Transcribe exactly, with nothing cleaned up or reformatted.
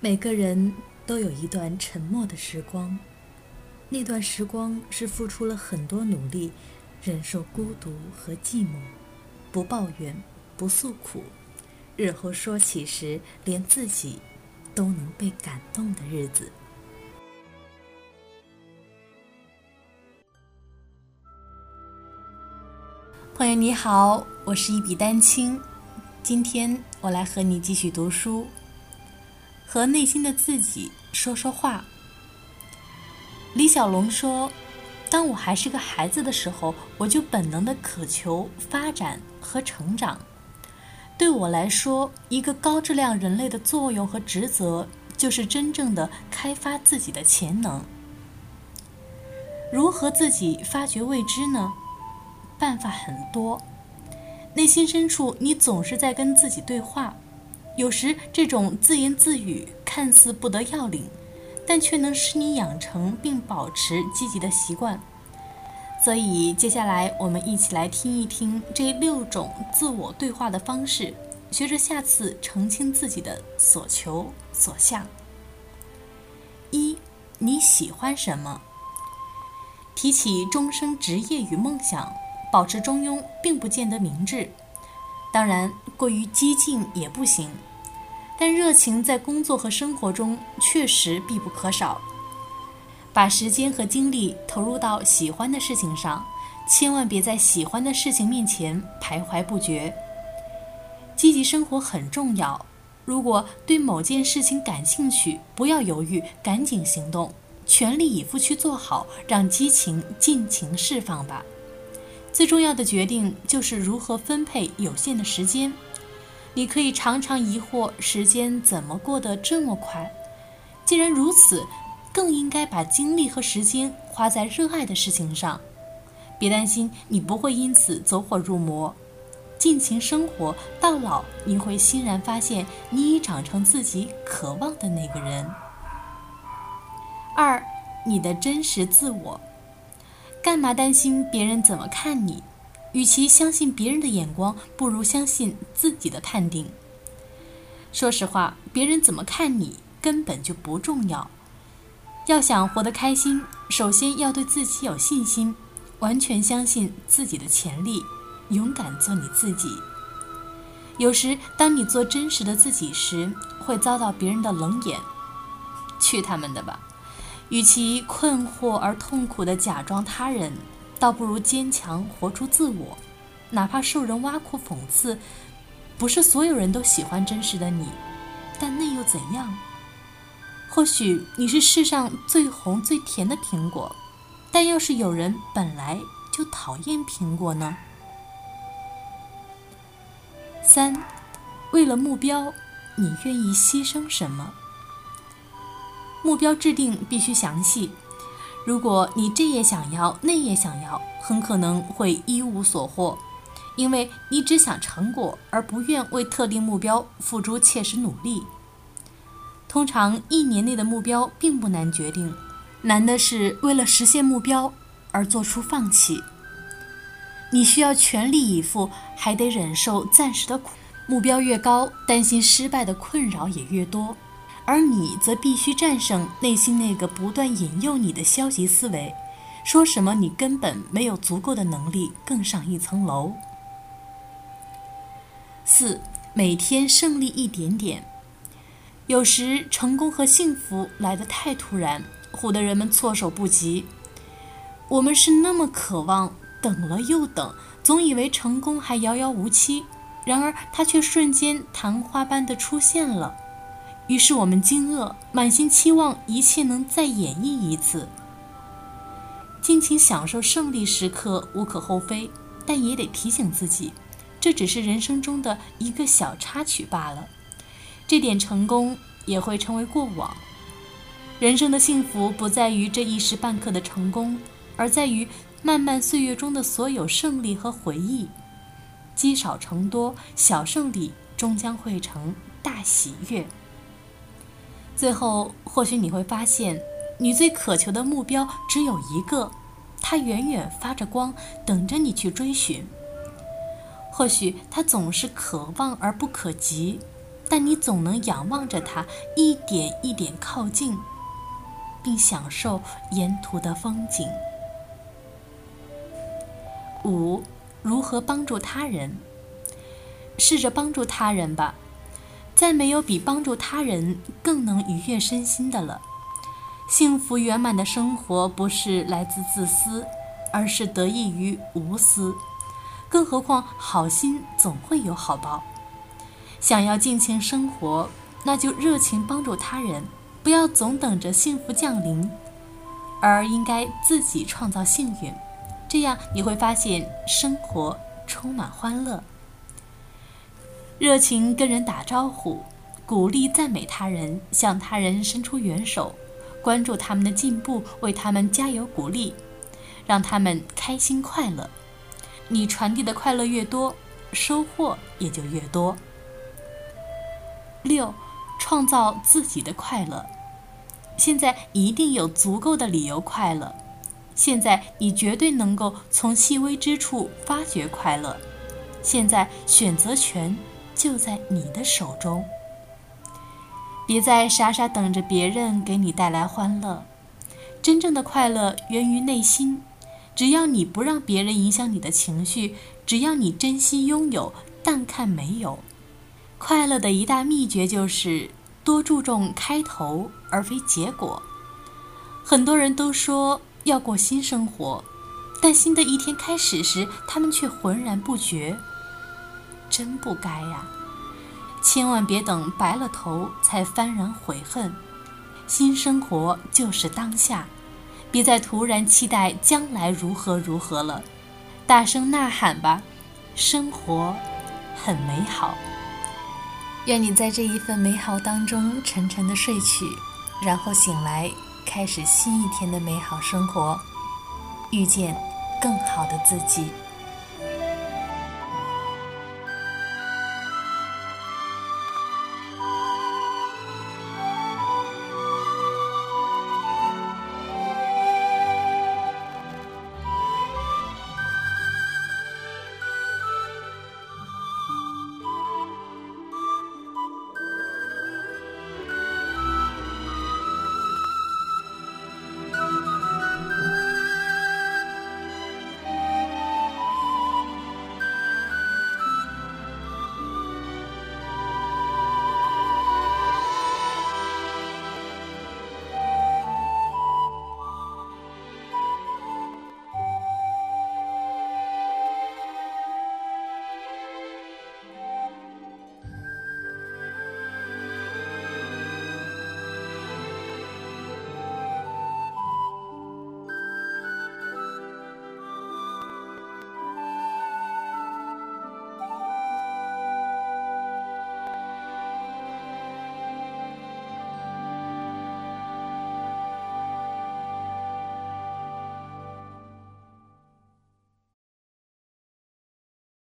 每个人都有一段沉默的时光，那段时光是付出了很多努力，忍受孤独和寂寞，不抱怨，不诉苦，日后说起时连自己都能被感动的日子。朋友你好，我是一笔丹青，今天我来和你继续读书，和内心的自己说说话。李小龙说，当我还是个孩子的时候，我就本能地渴求发展和成长。对我来说，一个高质量人类的作用和职责，就是真正的开发自己的潜能。如何自己发掘未知呢？办法很多。内心深处，你总是在跟自己对话，有时这种自言自语看似不得要领，但却能使你养成并保持积极的习惯。所以接下来我们一起来听一听这六种自我对话的方式，学着下次澄清自己的所求所向。一，你喜欢什么？提起终生职业与梦想，保持中庸并不见得明智，当然过于激进也不行，但热情在工作和生活中确实必不可少。把时间和精力投入到喜欢的事情上，千万别在喜欢的事情面前徘徊不决。积极生活很重要，如果对某件事情感兴趣，不要犹豫，赶紧行动，全力以赴去做好，让激情尽情释放吧。最重要的决定就是如何分配有限的时间。你可以常常疑惑时间怎么过得这么快，既然如此，更应该把精力和时间花在热爱的事情上。别担心，你不会因此走火入魔，尽情生活，到老你会欣然发现你已长成自己渴望的那个人。二，你的真实自我。干嘛担心别人怎么看你？与其相信别人的眼光，不如相信自己的判定。说实话，别人怎么看你根本就不重要。要想活得开心，首先要对自己有信心，完全相信自己的潜力，勇敢做你自己。有时当你做真实的自己时，会遭到别人的冷眼。去他们的吧！与其困惑而痛苦地假装他人，倒不如坚强活出自我。哪怕受人挖苦讽刺，不是所有人都喜欢真实的你，但那又怎样？或许你是世上最红最甜的苹果，但要是有人本来就讨厌苹果呢？三，为了目标，你愿意牺牲什么？目标制定必须详细，如果你这也想要那也想要，很可能会一无所获，因为你只想成果，而不愿为特定目标付出切实努力。通常一年内的目标并不难决定，难的是为了实现目标而做出放弃。你需要全力以赴，还得忍受暂时的苦。目标越高，担心失败的困扰也越多，而你则必须战胜内心那个不断引诱你的消极思维，说什么你根本没有足够的能力更上一层楼。四，每天胜利一点点。有时成功和幸福来得太突然，唬得人们措手不及。我们是那么渴望，等了又等，总以为成功还遥遥无期，然而它却瞬间昙花般的出现了。于是我们惊愕，满心期望一切能再演绎一次。尽情享受胜利时刻无可厚非，但也得提醒自己，这只是人生中的一个小插曲罢了，这点成功也会成为过往。人生的幸福不在于这一时半刻的成功，而在于漫漫岁月中的所有胜利和回忆。积少成多，小胜利终将汇成大喜悦。最后，或许你会发现，你最渴求的目标只有一个，它远远发着光，等着你去追寻。或许它总是可望而不可及， 但你总能仰望着它一点一点靠近，并享受沿途的风景。五、如何帮助他人？试着帮助他人吧，再没有比帮助他人更能愉悦身心的了。幸福圆满的生活不是来自自私，而是得益于无私。更何况好心总会有好报。想要尽情生活，那就热情帮助他人，不要总等着幸福降临，而应该自己创造幸运。这样你会发现生活充满欢乐。热情跟人打招呼，鼓励赞美他人，向他人伸出援手，关注他们的进步，为他们加油鼓励，让他们开心快乐。你传递的快乐越多，收获也就越多。六、创造自己的快乐。现在一定有足够的理由快乐，现在你绝对能够从细微之处发掘快乐，现在选择权就在你的手中。别再傻傻等着别人给你带来欢乐，真正的快乐源于内心。只要你不让别人影响你的情绪，只要你珍惜拥有，淡看没有。快乐的一大秘诀就是多注重开头而非结果。很多人都说要过新生活，但新的一天开始时，他们却浑然不觉。真不该呀！千万别等白了头才幡然悔恨。新生活就是当下，别再突然期待将来如何如何了，大声呐喊吧，生活很美好。愿你在这一份美好当中沉沉的睡去，然后醒来，开始新一天的美好生活，遇见更好的自己。